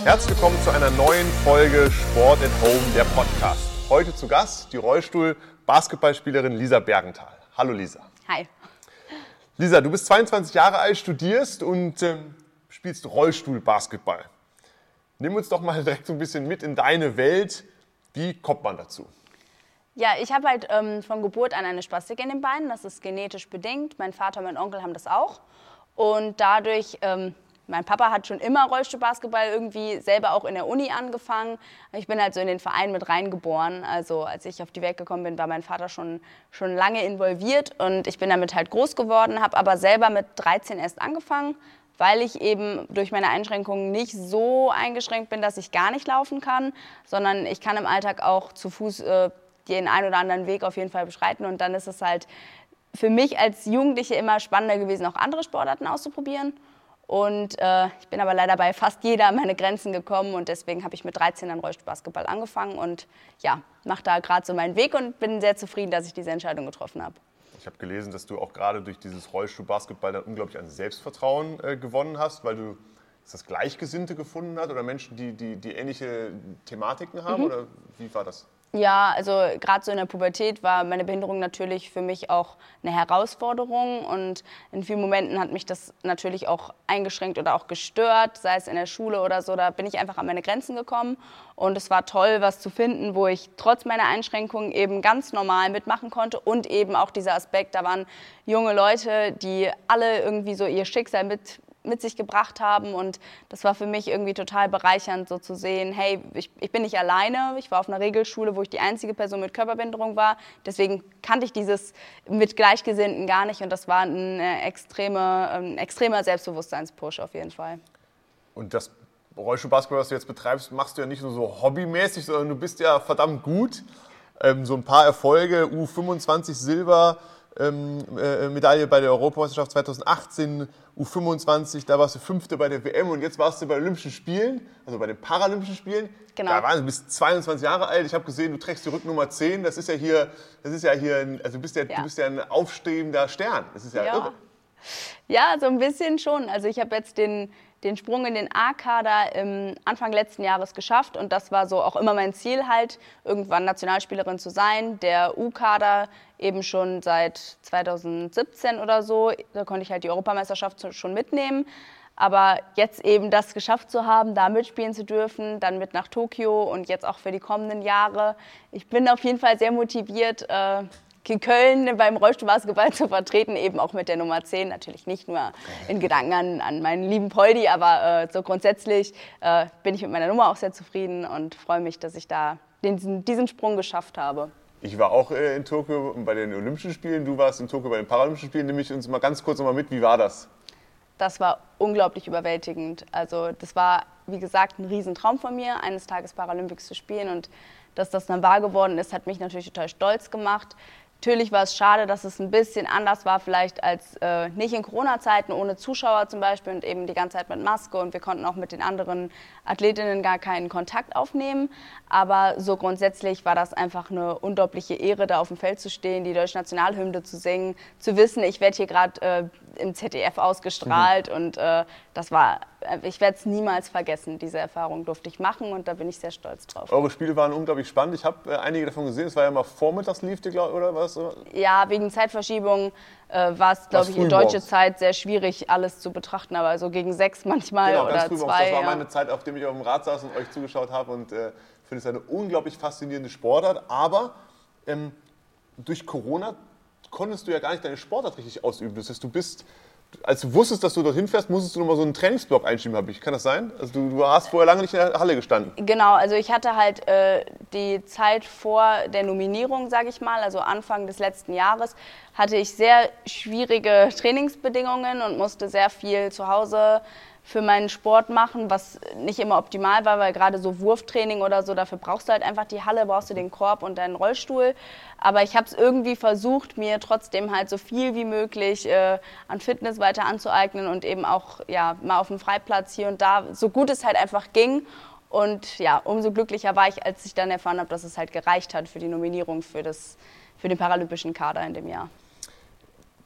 Herzlich willkommen zu einer neuen Folge Sport at Home, der Podcast. Heute zu Gast die Rollstuhl-Basketballspielerin Lisa Bergenthal. Hallo Lisa. Hi. Lisa, du bist 22 Jahre alt, studierst und spielst Rollstuhl-Basketball. Nimm uns doch mal direkt so ein bisschen mit in deine Welt. Wie kommt man dazu? Ja, ich habe halt von Geburt an eine Spastik in den Beinen. Das ist genetisch bedingt. Mein Vater und mein Onkel haben das auch. Und dadurch, mein Papa hat schon immer Rollstuhlbasketball irgendwie selber auch in der Uni angefangen. Ich bin halt so in den Verein mit reingeboren. Also als ich auf die Welt gekommen bin, war mein Vater schon lange involviert. Und ich bin damit halt groß geworden, habe aber selber mit 13 erst angefangen, weil ich eben durch meine Einschränkungen nicht so eingeschränkt bin, dass ich gar nicht laufen kann, sondern ich kann im Alltag auch zu Fuß den einen oder anderen Weg auf jeden Fall beschreiten. Und dann ist es halt für mich als Jugendliche immer spannender gewesen, auch andere Sportarten auszuprobieren. Und ich bin aber leider bei fast jeder an meine Grenzen gekommen und deswegen habe ich mit 13 an Rollstuhlbasketball angefangen und ja, mache da gerade so meinen Weg und bin sehr zufrieden, dass ich diese Entscheidung getroffen habe. Ich habe gelesen, dass du auch gerade durch dieses Rollstuhlbasketball dann unglaublich an Selbstvertrauen gewonnen hast, weil du das Gleichgesinnte gefunden hast oder Menschen, die ähnliche Thematiken haben oder wie war das? Ja, also gerade so in der Pubertät war meine Behinderung natürlich für mich auch eine Herausforderung und in vielen Momenten hat mich das natürlich auch eingeschränkt oder auch gestört, sei es in der Schule oder so, da bin ich einfach an meine Grenzen gekommen und es war toll, was zu finden, wo ich trotz meiner Einschränkungen eben ganz normal mitmachen konnte und eben auch dieser Aspekt, da waren junge Leute, die alle irgendwie so ihr Schicksal mit sich gebracht haben und das war für mich irgendwie total bereichernd, so zu sehen, hey, ich bin nicht alleine, ich war auf einer Regelschule, wo ich die einzige Person mit Körperbehinderung war, deswegen kannte ich dieses mit Gleichgesinnten gar nicht und das war ein extremer Selbstbewusstseinspush auf jeden Fall. Und das Rollstuhlbasketball, was du jetzt betreibst, machst du ja nicht nur so hobbymäßig, sondern du bist ja verdammt gut. So ein paar Erfolge, U25 Silber, Medaille bei der Europameisterschaft 2018, U25, da warst du Fünfte bei der WM und jetzt warst du bei den Olympischen Spielen, also bei den Paralympischen Spielen. Genau. Du bist 22 Jahre alt, ich habe gesehen, du trägst die Rücknummer 10, du bist ja ein aufstrebender Stern, das ist ja irre. Ja, so ein bisschen schon, also ich habe jetzt den Sprung in den A-Kader Anfang letzten Jahres geschafft und das war so auch immer mein Ziel halt, irgendwann Nationalspielerin zu sein. Der U-Kader eben schon seit 2017 oder so, da konnte ich halt die Europameisterschaft schon mitnehmen. Aber jetzt eben das geschafft zu haben, da mitspielen zu dürfen, dann mit nach Tokio und jetzt auch für die kommenden Jahre. Ich bin auf jeden Fall sehr motiviert, Köln beim Rollstuhlbasketball zu vertreten, eben auch mit der Nummer 10. Natürlich nicht nur in Gedanken an meinen lieben Poldi, aber so grundsätzlich bin ich mit meiner Nummer auch sehr zufrieden und freue mich, dass ich da diesen Sprung geschafft habe. Ich war auch in Tokio bei den Olympischen Spielen, du warst in Tokio bei den Paralympischen Spielen. Nimm mich uns mal ganz kurz noch mal mit, wie war das? Das war unglaublich überwältigend. Also das war, wie gesagt, ein Riesentraum von mir, eines Tages Paralympics zu spielen und dass das dann wahr geworden ist, hat mich natürlich total stolz gemacht. Natürlich war es schade, dass es ein bisschen anders war, vielleicht als nicht in Corona-Zeiten, ohne Zuschauer zum Beispiel und eben die ganze Zeit mit Maske und wir konnten auch mit den anderen Athletinnen gar keinen Kontakt aufnehmen. Aber so grundsätzlich war das einfach eine unglaubliche Ehre, da auf dem Feld zu stehen, die deutsche Nationalhymne zu singen, zu wissen, ich werde hier gerade im ZDF ausgestrahlt und ich werde es niemals vergessen, diese Erfahrung durfte ich machen und da bin ich sehr stolz drauf. Eure Spiele waren unglaublich spannend, ich habe einige davon gesehen, es war ja mal vormittags lief die, oder was? Ja, wegen Zeitverschiebung war es, glaube ich, in deutscher Zeit sehr schwierig, alles zu betrachten, aber so gegen 6 manchmal genau, oder ganz früh 2. Das war meine Zeit, auf der ich auf dem Rad saß und euch zugeschaut habe und finde es eine unglaublich faszinierende Sportart, aber durch Corona konntest du ja gar nicht deine Sportart richtig ausüben. Das heißt, als du wusstest, dass du dorthin fährst, musstest du nochmal so einen Trainingsblock einschieben, kann das sein? Also du hast vorher lange nicht in der Halle gestanden. Genau, also ich hatte halt die Zeit vor der Nominierung, sage ich mal, also Anfang des letzten Jahres, hatte ich sehr schwierige Trainingsbedingungen und musste sehr viel zu Hause für meinen Sport machen, was nicht immer optimal war, weil gerade so Wurftraining oder so, dafür brauchst du halt einfach die Halle, brauchst du den Korb und deinen Rollstuhl. Aber ich habe es irgendwie versucht, mir trotzdem halt so viel wie möglich an Fitness weiter anzueignen und eben auch mal auf dem Freiplatz hier und da, so gut es halt einfach ging. Und ja, umso glücklicher war ich, als ich dann erfahren habe, dass es halt gereicht hat für die Nominierung für den paralympischen Kader in dem Jahr.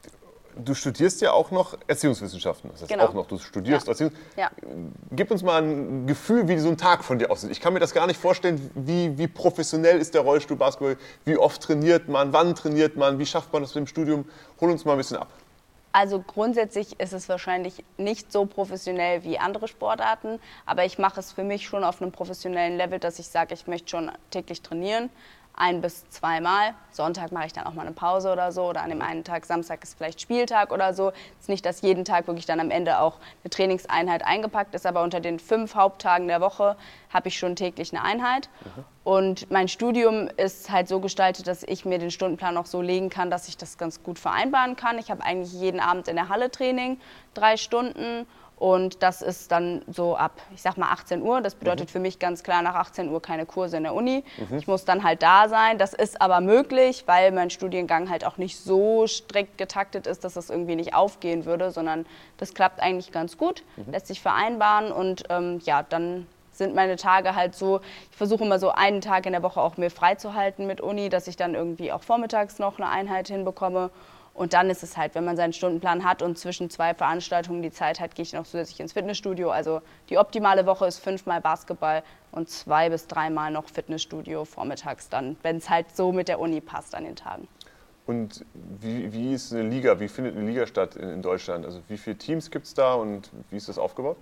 du studierst ja auch noch Erziehungswissenschaften. Das heißt Genau. auch noch, du studierst Erziehung. Ja. Gib uns mal ein Gefühl, wie so ein Tag von dir aussieht. Ich kann mir das gar nicht vorstellen, wie professionell ist der Rollstuhlbasketball, wie oft trainiert man, wann trainiert man, wie schafft man das mit dem Studium? Hol uns mal ein bisschen ab. Also grundsätzlich ist es wahrscheinlich nicht so professionell wie andere Sportarten, aber ich mache es für mich schon auf einem professionellen Level, dass ich sage, ich möchte schon täglich trainieren, 1 bis 2 Mal. Sonntag mache ich dann auch mal eine Pause oder so, oder an dem einen Tag, Samstag ist vielleicht Spieltag oder so. Es ist nicht, dass jeden Tag wirklich dann am Ende auch eine Trainingseinheit eingepackt ist, aber unter den 5 Haupttagen der Woche habe ich schon täglich eine Einheit. Und mein Studium ist halt so gestaltet, dass ich mir den Stundenplan auch so legen kann, dass ich das ganz gut vereinbaren kann. Ich habe eigentlich jeden Abend in der Halle Training, 3 Stunden. Und das ist dann so ab, ich sag mal 18 Uhr. Das bedeutet für mich ganz klar, nach 18 Uhr keine Kurse in der Uni. Ich muss dann halt da sein. Das ist aber möglich, weil mein Studiengang halt auch nicht so strikt getaktet ist, dass das irgendwie nicht aufgehen würde, sondern das klappt eigentlich ganz gut, lässt sich vereinbaren. Und ja, dann sind meine Tage halt so, ich versuche immer so einen Tag in der Woche auch mir freizuhalten mit Uni, dass ich dann irgendwie auch vormittags noch eine Einheit hinbekomme. Und dann ist es halt, wenn man seinen Stundenplan hat und zwischen 2 Veranstaltungen die Zeit hat, gehe ich noch zusätzlich ins Fitnessstudio. Also die optimale Woche ist 5 Mal Basketball und 2 bis 3 Mal noch Fitnessstudio vormittags dann, wenn es halt so mit der Uni passt an den Tagen. Und wie ist eine Liga, wie findet eine Liga statt in Deutschland? Also wie viele Teams gibt es da und wie ist das aufgebaut?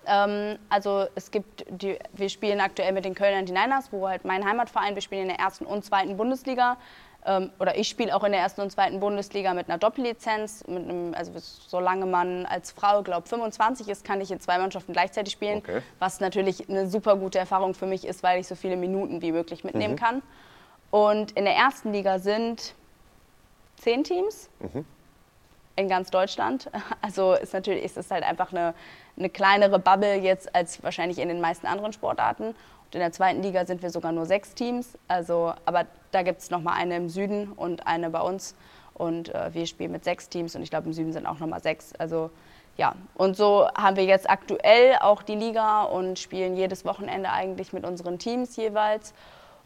Also es gibt, wir spielen aktuell mit den Köln 99ers, wo halt mein Heimatverein, wir spielen in der 1. und 2. Bundesliga. Oder ich spiele auch in der 1. und 2. Bundesliga mit einer Doppellizenz. Also solange man als Frau, glaube 25 ist, kann ich in 2 Mannschaften gleichzeitig spielen. Okay. Was natürlich eine super gute Erfahrung für mich ist, weil ich so viele Minuten wie möglich mitnehmen kann. Und in der 1. Liga sind 10 Teams in ganz Deutschland. Also ist es halt einfach eine kleinere Bubble jetzt als wahrscheinlich in den meisten anderen Sportarten. In der 2. Liga sind wir sogar nur 6 Teams, aber da gibt es nochmal eine im Süden und eine bei uns und wir spielen mit 6 Teams und ich glaube im Süden sind auch nochmal 6. Also ja, und so haben wir jetzt aktuell auch die Liga und spielen jedes Wochenende eigentlich mit unseren Teams jeweils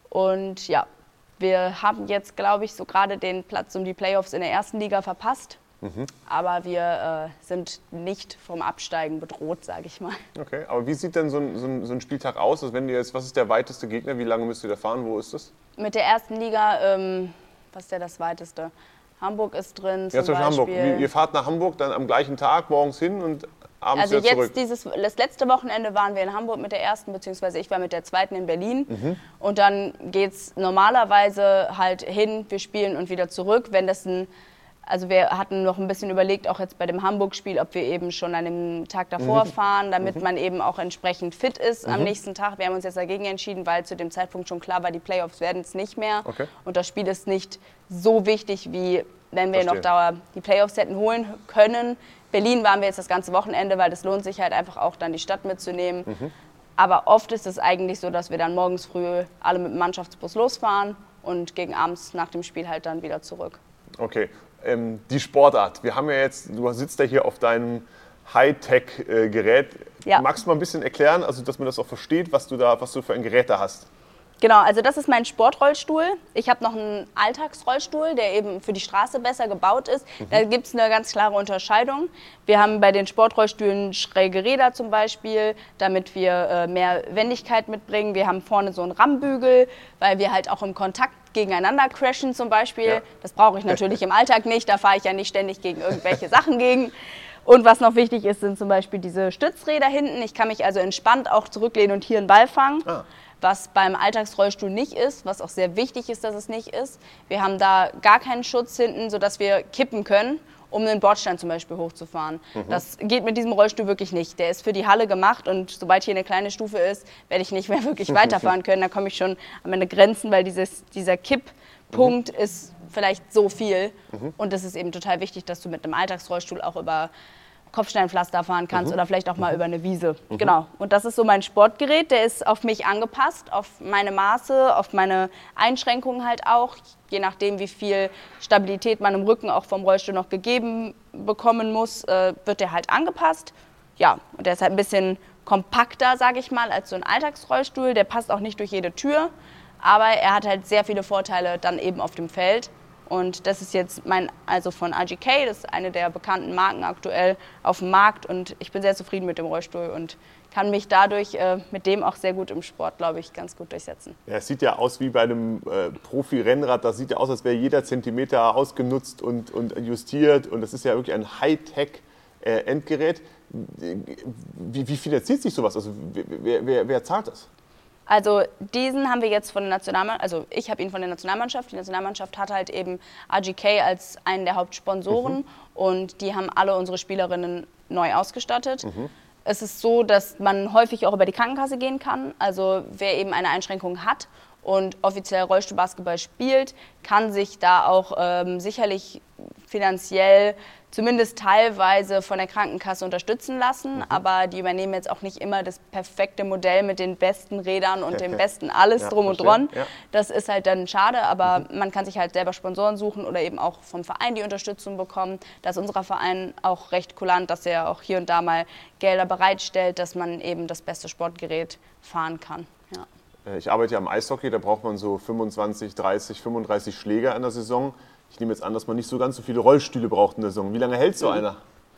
und ja, wir haben jetzt, glaube ich, so gerade den Platz um die Playoffs in der 1. Liga verpasst. Aber wir sind nicht vom Absteigen bedroht, sage ich mal. Okay, aber wie sieht denn so ein Spieltag aus? Also wenn was ist der weiteste Gegner? Wie lange müsst ihr da fahren? Wo ist das? Mit der 1. Liga, was ist das weiteste? Hamburg ist drin Ja, zum Beispiel Beispiel. Hamburg. Ihr fahrt nach Hamburg dann am gleichen Tag morgens hin und abends Also wieder zurück? das letzte Wochenende waren wir in Hamburg mit der 1., beziehungsweise ich war mit der 2. in Berlin. Und dann geht es normalerweise halt hin, wir spielen und wieder zurück, wenn das Also wir hatten noch ein bisschen überlegt, auch jetzt bei dem Hamburg-Spiel, ob wir eben schon an dem Tag davor fahren, damit man eben auch entsprechend fit ist am nächsten Tag. Wir haben uns jetzt dagegen entschieden, weil zu dem Zeitpunkt schon klar war, die Playoffs werden es nicht mehr. Okay. Und das Spiel ist nicht so wichtig, wie wenn wir noch die Playoffs hätten holen können. Berlin waren wir jetzt das ganze Wochenende, weil das lohnt sich halt einfach auch dann die Stadt mitzunehmen. Aber oft ist es eigentlich so, dass wir dann morgens früh alle mit dem Mannschaftsbus losfahren und gegen abends nach dem Spiel halt dann wieder zurück. Okay. Die Sportart. Wir haben ja jetzt, du sitzt ja hier auf deinem Hightech-Gerät. Ja. Magst du mal ein bisschen erklären, also dass man das auch versteht, was du für ein Gerät da hast? Genau, also das ist mein Sportrollstuhl. Ich habe noch einen Alltagsrollstuhl, der eben für die Straße besser gebaut ist. Da gibt es eine ganz klare Unterscheidung. Wir haben bei den Sportrollstühlen schräge Räder zum Beispiel, damit wir mehr Wendigkeit mitbringen. Wir haben vorne so einen Rammbügel, weil wir halt auch im Kontakt gegeneinander crashen zum Beispiel. Ja. Das brauche ich natürlich im Alltag nicht, da fahre ich ja nicht ständig gegen irgendwelche Sachen gegen. Und was noch wichtig ist, sind zum Beispiel diese Stützräder hinten. Ich kann mich also entspannt auch zurücklehnen und hier einen Ball fangen. Was beim Alltagsrollstuhl nicht ist, was auch sehr wichtig ist, dass es nicht ist. Wir haben da gar keinen Schutz hinten, sodass wir kippen können, um einen Bordstein zum Beispiel hochzufahren. Das geht mit diesem Rollstuhl wirklich nicht. Der ist für die Halle gemacht und sobald hier eine kleine Stufe ist, werde ich nicht mehr wirklich weiterfahren können. Da komme ich schon an meine Grenzen, weil dieser Kipppunkt ist vielleicht so viel. Und das ist eben total wichtig, dass du mit einem Alltagsrollstuhl auch über Kopfsteinpflaster fahren kannst oder vielleicht auch mal über eine Wiese. Genau. Und das ist so mein Sportgerät. Der ist auf mich angepasst, auf meine Maße, auf meine Einschränkungen halt auch. Je nachdem, wie viel Stabilität man im Rücken auch vom Rollstuhl noch gegeben bekommen muss, wird der halt angepasst. Ja, und der ist halt ein bisschen kompakter, sage ich mal, als so ein Alltagsrollstuhl. Der passt auch nicht durch jede Tür, aber er hat halt sehr viele Vorteile dann eben auf dem Feld. Und das ist jetzt also von RGK, das ist eine der bekannten Marken aktuell auf dem Markt. Und ich bin sehr zufrieden mit dem Rollstuhl und kann mich dadurch mit dem auch sehr gut im Sport, glaube ich, ganz gut durchsetzen. Ja, es sieht ja aus wie bei einem Profi-Rennrad. Das sieht ja aus, als wäre jeder Zentimeter ausgenutzt und justiert. Und das ist ja wirklich ein Hightech-Endgerät. Wie finanziert sich sowas? Also wer zahlt das? Also diesen haben wir jetzt von der Nationalmannschaft, also ich habe ihn von der Nationalmannschaft. Die Nationalmannschaft hat halt eben RGK als einen der Hauptsponsoren und die haben alle unsere Spielerinnen neu ausgestattet. Es ist so, dass man häufig auch über die Krankenkasse gehen kann. Also wer eben eine Einschränkung hat und offiziell Rollstuhlbasketball spielt, kann sich da auch sicherlich finanziell zumindest teilweise von der Krankenkasse unterstützen lassen. Aber die übernehmen jetzt auch nicht immer das perfekte Modell mit den besten Rädern und dem besten alles drum und dran. Ja. Das ist halt dann schade, aber man kann sich halt selber Sponsoren suchen oder eben auch vom Verein die Unterstützung bekommen. Da ist unser Verein auch recht kulant, dass er auch hier und da mal Gelder bereitstellt, dass man eben das beste Sportgerät fahren kann. Ja. Ich arbeite ja am Eishockey, da braucht man so 25, 30, 35 Schläger in der Saison. Ich nehme jetzt an, dass man nicht so ganz so viele Rollstühle braucht in der Saison. Wie lange hält so einer?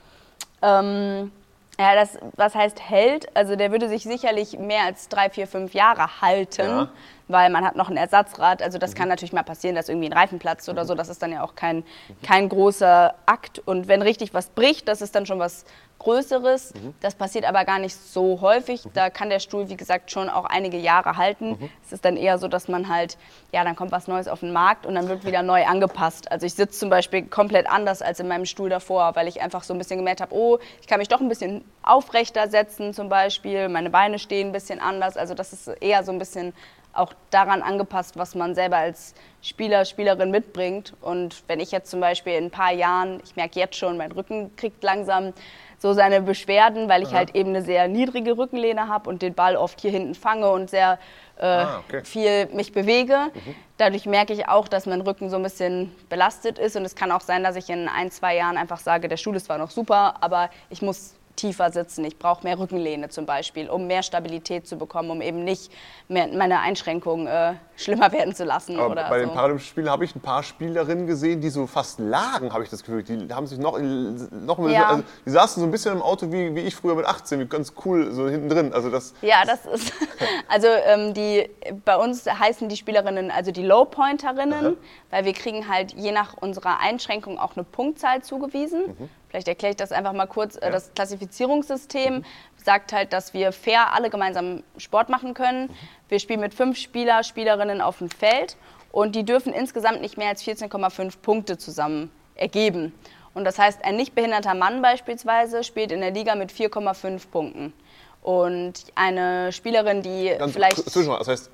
Ja, was heißt hält? Also der würde sich sicherlich mehr als 3, 4, 5 Jahre halten, weil man hat noch ein Ersatzrad. Also das kann natürlich mal passieren, dass irgendwie ein Reifen platzt oder so. Das ist dann ja auch kein großer Akt. Und wenn richtig was bricht, das ist dann schon was Größeres. Das passiert aber gar nicht so häufig. Da kann der Stuhl, wie gesagt, schon auch einige Jahre halten. Es ist dann eher so, dass man halt, ja, dann kommt was Neues auf den Markt und dann wird wieder neu angepasst. Also ich sitze zum Beispiel komplett anders als in meinem Stuhl davor, weil ich einfach so ein bisschen gemerkt habe, oh, ich kann mich doch ein bisschen aufrechter setzen zum Beispiel. Meine Beine stehen ein bisschen anders. Also das ist eher so ein bisschen auch daran angepasst, was man selber als Spieler, Spielerin mitbringt. Und wenn ich jetzt zum Beispiel in ein paar Jahren, ich merke jetzt schon, mein Rücken kriegt langsam so seine Beschwerden, weil ich halt eben eine sehr niedrige Rückenlehne habe und den Ball oft hier hinten fange und sehr viel mich bewege. Dadurch merke ich auch, dass mein Rücken so ein bisschen belastet ist und es kann auch sein, dass ich in 1, 2 Jahren einfach sage, der Stuhl ist zwar noch super, aber ich muss tiefer sitzen. Ich brauche mehr Rückenlehne zum Beispiel, um mehr Stabilität zu bekommen, um eben nicht mehr meine Einschränkungen schlimmer werden zu lassen. Aber oder bei so. den Paralympischen Spielen habe ich ein paar Spielerinnen gesehen, die so fast lagen, habe ich das Gefühl. Die haben sich noch Ja. also die saßen so ein bisschen im Auto wie ich früher mit 18, ganz cool, so hinten drin. Also das Ja, das ist, also bei uns heißen die Spielerinnen also die Low-Pointerinnen, weil wir kriegen halt je nach unserer Einschränkung auch eine Punktzahl zugewiesen. Vielleicht erkläre ich das einfach mal kurz. Das Klassifizierungssystem sagt halt, dass wir fair alle gemeinsam Sport machen können. Wir spielen mit 5 Spielerinnen auf dem Feld und die dürfen insgesamt nicht mehr als 14,5 Punkte zusammen ergeben. Und das heißt, ein nicht behinderter Mann beispielsweise spielt in der Liga mit 4,5 Punkten. Und eine Spielerin, die das heißt,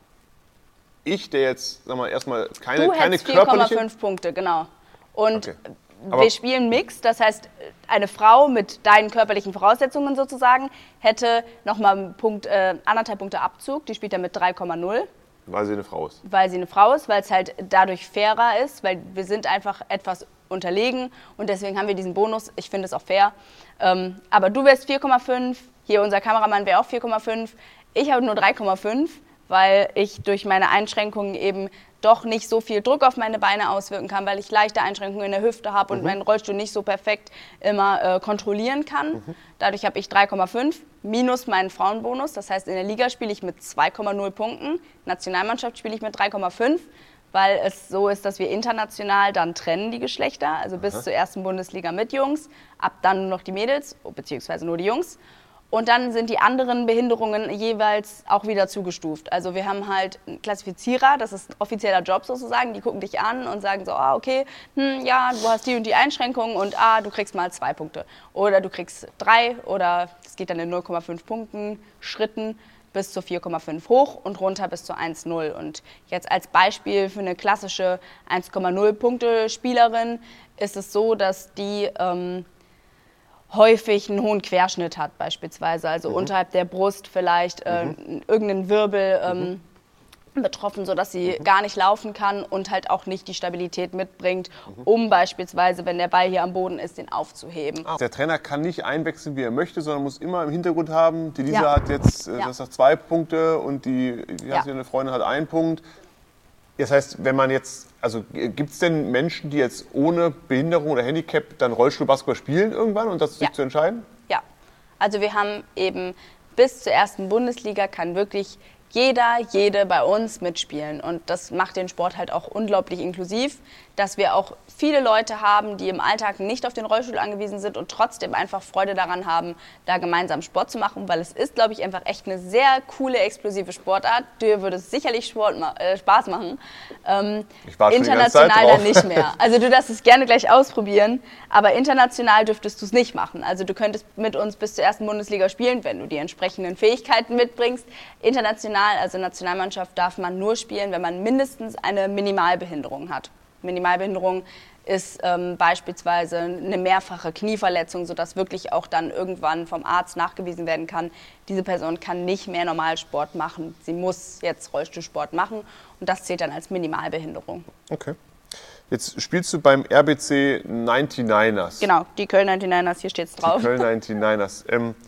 ich, der jetzt, sag mal, erstmal keine du hättest körperliche... 4,5 Punkte, genau. Und Aber wir spielen Mix, das heißt, eine Frau mit deinen körperlichen Voraussetzungen sozusagen hätte nochmal 1,5 Punkte Abzug, die spielt dann mit 3,0. Weil sie eine Frau ist. Weil sie eine Frau ist, weil es halt dadurch fairer ist, weil wir sind einfach etwas unterlegen und deswegen haben wir diesen Bonus. Ich finde es auch fair. Aber du wärst 4,5, hier unser Kameramann wäre auch 4,5. Ich habe nur 3,5, weil ich durch meine Einschränkungen eben doch nicht so viel Druck auf meine Beine auswirken kann, weil ich leichte Einschränkungen in der Hüfte habe und meinen Rollstuhl nicht so perfekt immer kontrollieren kann. Dadurch habe ich 3,5 minus meinen Frauenbonus. Das heißt, in der Liga spiele ich mit 2,0 Punkten, Nationalmannschaft spiele ich mit 3,5, weil es so ist, dass wir international dann trennen die Geschlechter, also bis zur ersten Bundesliga mit Jungs, ab dann nur noch die Mädels, beziehungsweise nur die Jungs. Und dann sind die anderen Behinderungen jeweils auch wieder zugestuft. Also wir haben halt einen Klassifizierer, das ist ein offizieller Job sozusagen, die gucken dich an und sagen so, okay, ja, du hast die und die Einschränkungen und du kriegst mal 2 Punkte. Oder du kriegst 3 oder es geht dann in 0,5 Punkten Schritten bis zu 4,5 hoch und runter bis zu 1,0. Und jetzt als Beispiel für eine klassische 1,0 Punkte Spielerin ist es so, dass die häufig einen hohen Querschnitt hat beispielsweise, also unterhalb der Brust vielleicht irgendeinen Wirbel betroffen, sodass sie gar nicht laufen kann und halt auch nicht die Stabilität mitbringt, um beispielsweise, wenn der Ball hier am Boden ist, den aufzuheben. Der Trainer kann nicht einwechseln, wie er möchte, sondern muss immer im Hintergrund haben, die Lisa hat jetzt 2 Punkte und die eine Freundin hat 1 Punkt. Das heißt, wenn man jetzt, also gibt es denn Menschen, die jetzt ohne Behinderung oder Handicap dann Rollstuhlbasketball spielen irgendwann und das sich zu entscheiden? Ja, also wir haben eben bis zur ersten Bundesliga kann wirklich jede bei uns mitspielen. Und das macht den Sport halt auch unglaublich inklusiv, dass wir auch viele Leute haben, die im Alltag nicht auf den Rollstuhl angewiesen sind und trotzdem einfach Freude daran haben, da gemeinsam Sport zu machen, weil es ist, glaube ich, einfach echt eine sehr coole, explosive Sportart. Dir würde es sicherlich Spaß machen. Ich war schon international dann nicht mehr. Also du darfst es gerne gleich ausprobieren, aber international dürftest du es nicht machen. Also du könntest mit uns bis zur ersten Bundesliga spielen, wenn du die entsprechenden Fähigkeiten mitbringst. International, also Nationalmannschaft, darf man nur spielen, wenn man mindestens eine Minimalbehinderung hat. Minimalbehinderung ist beispielsweise eine mehrfache Knieverletzung, sodass wirklich auch dann irgendwann vom Arzt nachgewiesen werden kann, diese Person kann nicht mehr Normalsport machen, sie muss jetzt Rollstuhlsport machen und das zählt dann als Minimalbehinderung. Okay. Jetzt spielst du beim RBC 99ers. Genau, die Köln 99ers, hier steht es drauf. Die Köln 99ers.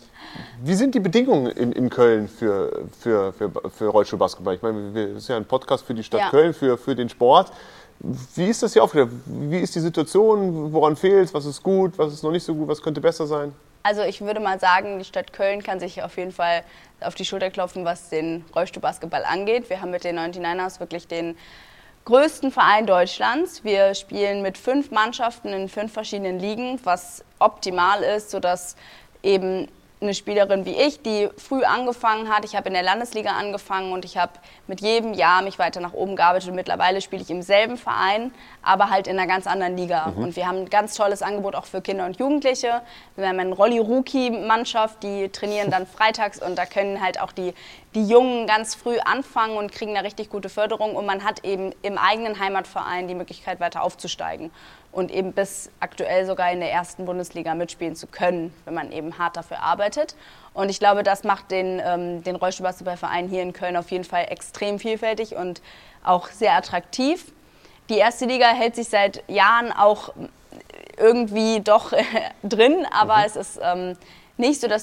Wie sind die Bedingungen in Köln für Rollstuhlbasketball? Ich meine, das ist ja ein Podcast für die Stadt Köln, für den Sport. Wie ist das hier aufgestellt? Wie ist die Situation? Woran fehlt es? Was ist gut? Was ist noch nicht so gut? Was könnte besser sein? Also ich würde mal sagen, die Stadt Köln kann sich auf jeden Fall auf die Schulter klopfen, was den Rollstuhlbasketball angeht. Wir haben mit den 99ers wirklich den größten Verein Deutschlands. Wir spielen mit 5 Mannschaften in 5 verschiedenen Ligen, was optimal ist, sodass eben eine Spielerin wie ich, die früh angefangen hat, ich habe in der Landesliga angefangen und ich habe mit jedem Jahr mich weiter nach oben gearbeitet und mittlerweile spiele ich im selben Verein, aber halt in einer ganz anderen Liga. Und wir haben ein ganz tolles Angebot auch für Kinder und Jugendliche. Wir haben eine Rolli-Rookie-Mannschaft, die trainieren dann freitags und da können halt auch die Jungen ganz früh anfangen und kriegen eine richtig gute Förderung und man hat eben im eigenen Heimatverein die Möglichkeit weiter aufzusteigen und eben bis aktuell sogar in der ersten Bundesliga mitspielen zu können, wenn man eben hart dafür arbeitet. Und ich glaube, das macht den Rollstuhlbasketballverein hier in Köln auf jeden Fall extrem vielfältig und auch sehr attraktiv. Die erste Liga hält sich seit Jahren auch irgendwie doch drin, aber es ist nicht so, dass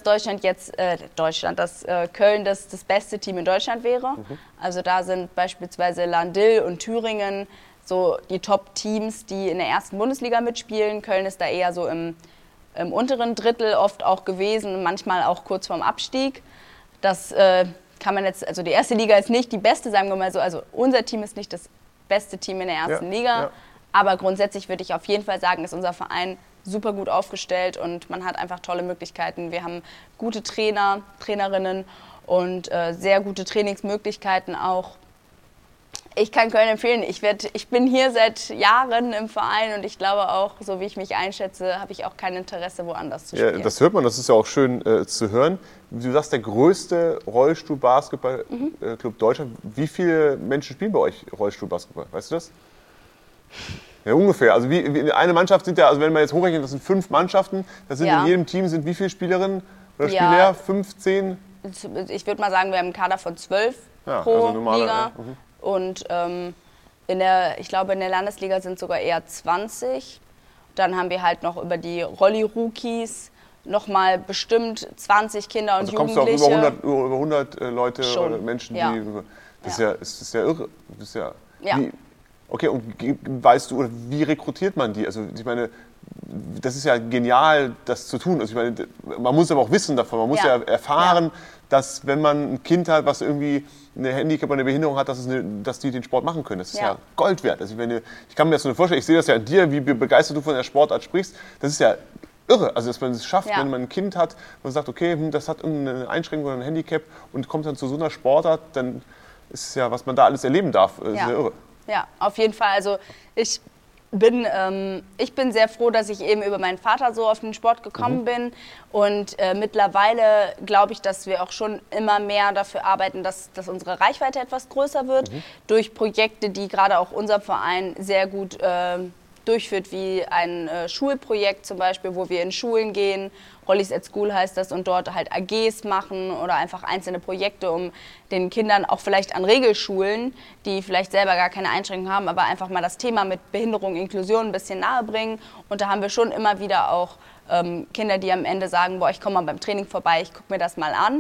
Köln das beste Team in Deutschland wäre. Also da sind beispielsweise Landil und Thüringen so die Top-Teams, die in der ersten Bundesliga mitspielen. Köln ist da eher so im unteren Drittel oft auch gewesen, manchmal auch kurz vorm Abstieg. Das kann man jetzt, also die erste Liga ist nicht die beste, sagen wir mal so. Also unser Team ist nicht das beste Team in der ersten Liga. Ja. Aber grundsätzlich würde ich auf jeden Fall sagen, ist unser Verein super gut aufgestellt und man hat einfach tolle Möglichkeiten. Wir haben gute Trainer, Trainerinnen und sehr gute Trainingsmöglichkeiten auch. Ich kann Köln empfehlen. Ich bin hier seit Jahren im Verein und ich glaube auch, so wie ich mich einschätze, habe ich auch kein Interesse, woanders zu spielen. Ja, das hört man, das ist ja auch schön zu hören. Du sagst, der größte Rollstuhl-Basketball-Club Deutschland. Wie viele Menschen spielen bei euch Rollstuhl-Basketball? Weißt du das? Ja, ungefähr. Also wie eine Mannschaft sind ja, also wenn man jetzt hochrechnet, das sind 5 Mannschaften, das sind in jedem Team sind wie viele Spielerinnen oder Spieler? 5, 10? Ich würde mal sagen, wir haben einen Kader von 12 pro also normale, Liga. Ja. Und ich glaube, in der Landesliga sind sogar eher 20. Dann haben wir halt noch über die Rolli-Rookies nochmal bestimmt 20 Kinder und Jugendliche. Also kommst du auch über 100 Leute schon. Oder Menschen, die... Ja. Das ist ja irre. Das ist ja, ja. Okay, und weißt du, oder wie rekrutiert man die? Also ich meine, das ist ja genial, das zu tun. Also ich meine, man muss aber auch wissen davon. Man muss ja erfahren, dass wenn man ein Kind hat, was irgendwie eine Handicap oder eine Behinderung hat, dass die den Sport machen können. Das ist ja Gold wert. Also ich kann mir das so vorstellen, ich sehe das ja an dir, wie begeistert du von der Sportart sprichst. Das ist ja irre, also dass man es schafft, wenn man ein Kind hat, man sagt, okay, das hat irgendeine Einschränkung oder ein Handicap und kommt dann zu so einer Sportart, dann ist es ja, was man da alles erleben darf, sehr irre. Ja, auf jeden Fall. Also ich bin sehr froh, dass ich eben über meinen Vater so auf den Sport gekommen bin und mittlerweile glaube ich, dass wir auch schon immer mehr dafür arbeiten, dass unsere Reichweite etwas größer wird durch Projekte, die gerade auch unser Verein sehr gut durchführt, wie ein Schulprojekt zum Beispiel, wo wir in Schulen gehen, Rollis at School heißt das, und dort halt AGs machen oder einfach einzelne Projekte, um den Kindern auch vielleicht an Regelschulen, die vielleicht selber gar keine Einschränkungen haben, aber einfach mal das Thema mit Behinderung, Inklusion ein bisschen nahe bringen. Und da haben wir schon immer wieder auch Kinder, die am Ende sagen, boah, ich komme mal beim Training vorbei, ich gucke mir das mal an.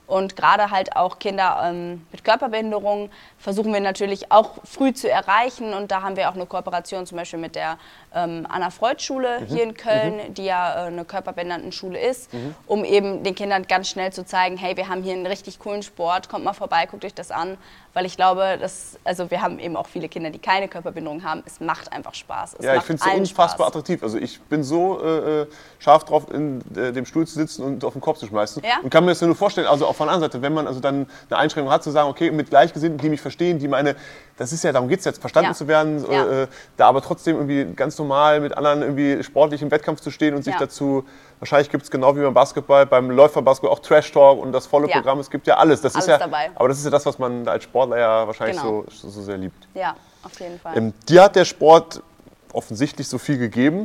Und gerade halt auch Kinder mit Körperbehinderung versuchen wir natürlich auch früh zu erreichen. Und da haben wir auch eine Kooperation zum Beispiel mit der Anna-Freud-Schule hier in Köln, die ja eine Körperbehindertenschule ist, um eben den Kindern ganz schnell zu zeigen, hey, wir haben hier einen richtig coolen Sport, kommt mal vorbei, guckt euch das an. Weil ich glaube, also wir haben eben auch viele Kinder, die keine Körperbehinderung haben. Es macht einfach Spaß. Ja, ich finde es so unfassbar attraktiv. Also ich bin so scharf drauf, in dem Stuhl zu sitzen und auf den Kopf zu schmeißen. Ja? Und kann mir das nur vorstellen, also auch von der anderen Seite, wenn man also dann eine Einschränkung hat, zu sagen, okay, mit Gleichgesinnten, die mich verstehen, die meine, das ist ja, darum geht es jetzt, verstanden zu werden, da aber trotzdem irgendwie ganz normal mit anderen irgendwie sportlich im Wettkampf zu stehen und sich dazu, wahrscheinlich gibt es genau wie beim Basketball, beim Läuferbasketball auch Trash-Talk und das volle Programm, es gibt ja alles. Das alles ist ja, dabei. Aber das ist ja das, was man als Sportler ja wahrscheinlich so sehr liebt. Ja, auf jeden Fall. Dir hat der Sport offensichtlich so viel gegeben.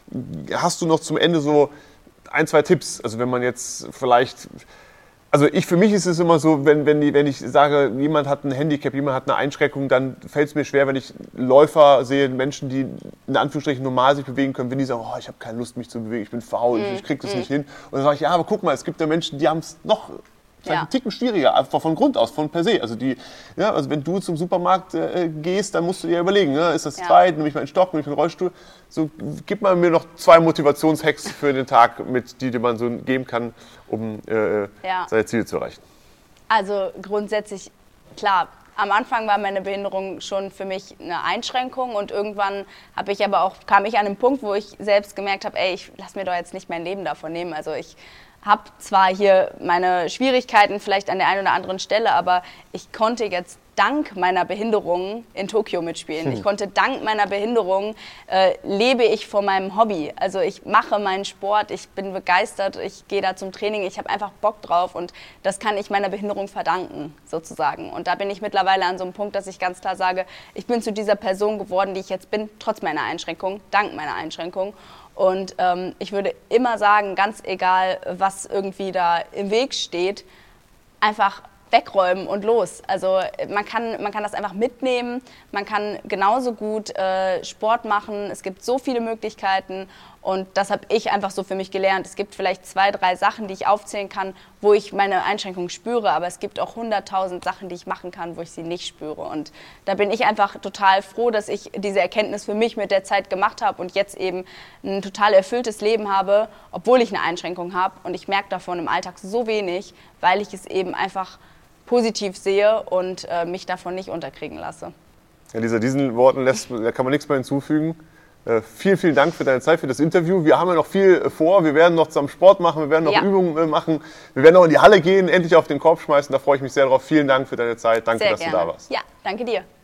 Hast du noch zum Ende so 1, 2 Tipps? Also wenn man jetzt vielleicht... Also für mich ist es immer so, wenn ich sage, jemand hat ein Handicap, jemand hat eine Einschränkung, dann fällt es mir schwer, wenn ich Läufer sehe, Menschen, die in Anführungsstrichen normal sich bewegen können, wenn die sagen, oh, ich habe keine Lust, mich zu bewegen, ich bin faul, ich kriege das nicht hin. Und dann sage ich, ja, aber guck mal, es gibt ja Menschen, die haben es noch einen Ticken schwieriger, einfach von Grund aus, von per se. Also, also wenn du zum Supermarkt gehst, dann musst du dir überlegen, ne? Ist das Zeit, nehme ich mal einen Stock, nehme ich einen Rollstuhl. So, gib mal mir noch 2 Motivationshacks für den Tag, die man so geben kann, um seine Ziele zu erreichen. Also grundsätzlich, klar, am Anfang war meine Behinderung schon für mich eine Einschränkung und irgendwann kam ich an einen Punkt, wo ich selbst gemerkt habe, ey, ich lasse mir doch jetzt nicht mein Leben davon nehmen. Also ich habe zwar hier meine Schwierigkeiten vielleicht an der einen oder anderen Stelle, aber ich konnte jetzt dank meiner Behinderung in Tokio mitspielen. Ich konnte dank meiner Behinderung lebe ich von meinem Hobby. Also ich mache meinen Sport, ich bin begeistert, ich gehe da zum Training, ich habe einfach Bock drauf und das kann ich meiner Behinderung verdanken, sozusagen. Und da bin ich mittlerweile an so einem Punkt, dass ich ganz klar sage, ich bin zu dieser Person geworden, die ich jetzt bin, trotz meiner Einschränkung, dank meiner Einschränkung. Und ich würde immer sagen, ganz egal, was irgendwie da im Weg steht, einfach wegräumen und los. Also man kann das einfach mitnehmen, man kann genauso gut Sport machen, es gibt so viele Möglichkeiten und das habe ich einfach so für mich gelernt. Es gibt vielleicht 2, 3 Sachen, die ich aufzählen kann, wo ich meine Einschränkungen spüre, aber es gibt auch 100.000 Sachen, die ich machen kann, wo ich sie nicht spüre und da bin ich einfach total froh, dass ich diese Erkenntnis für mich mit der Zeit gemacht habe und jetzt eben ein total erfülltes Leben habe, obwohl ich eine Einschränkung habe und ich merke davon im Alltag so wenig, weil ich es eben einfach positiv sehe und mich davon nicht unterkriegen lasse. Ja, Lisa, diesen Worten da kann man nichts mehr hinzufügen. Vielen, vielen Dank für deine Zeit, für das Interview. Wir haben ja noch viel vor. Wir werden noch zusammen Sport machen, wir werden noch Übungen machen. Wir werden noch in die Halle gehen, endlich auf den Korb schmeißen. Da freue ich mich sehr drauf. Vielen Dank für deine Zeit. Danke, dass du da warst. Ja, danke dir.